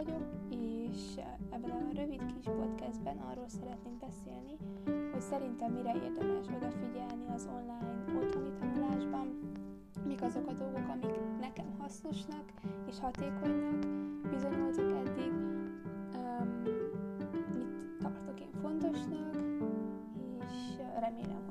vagyok, és ebben a rövid kis podcastben arról szeretnék beszélni, hogy szerintem mire érdemes odafigyelni az online otthoni tanulásban, mik azok a dolgok, amik nekem hasznosnak és hatékonynak bizonyultak eddig, mit tartok én fontosnak, és remélem,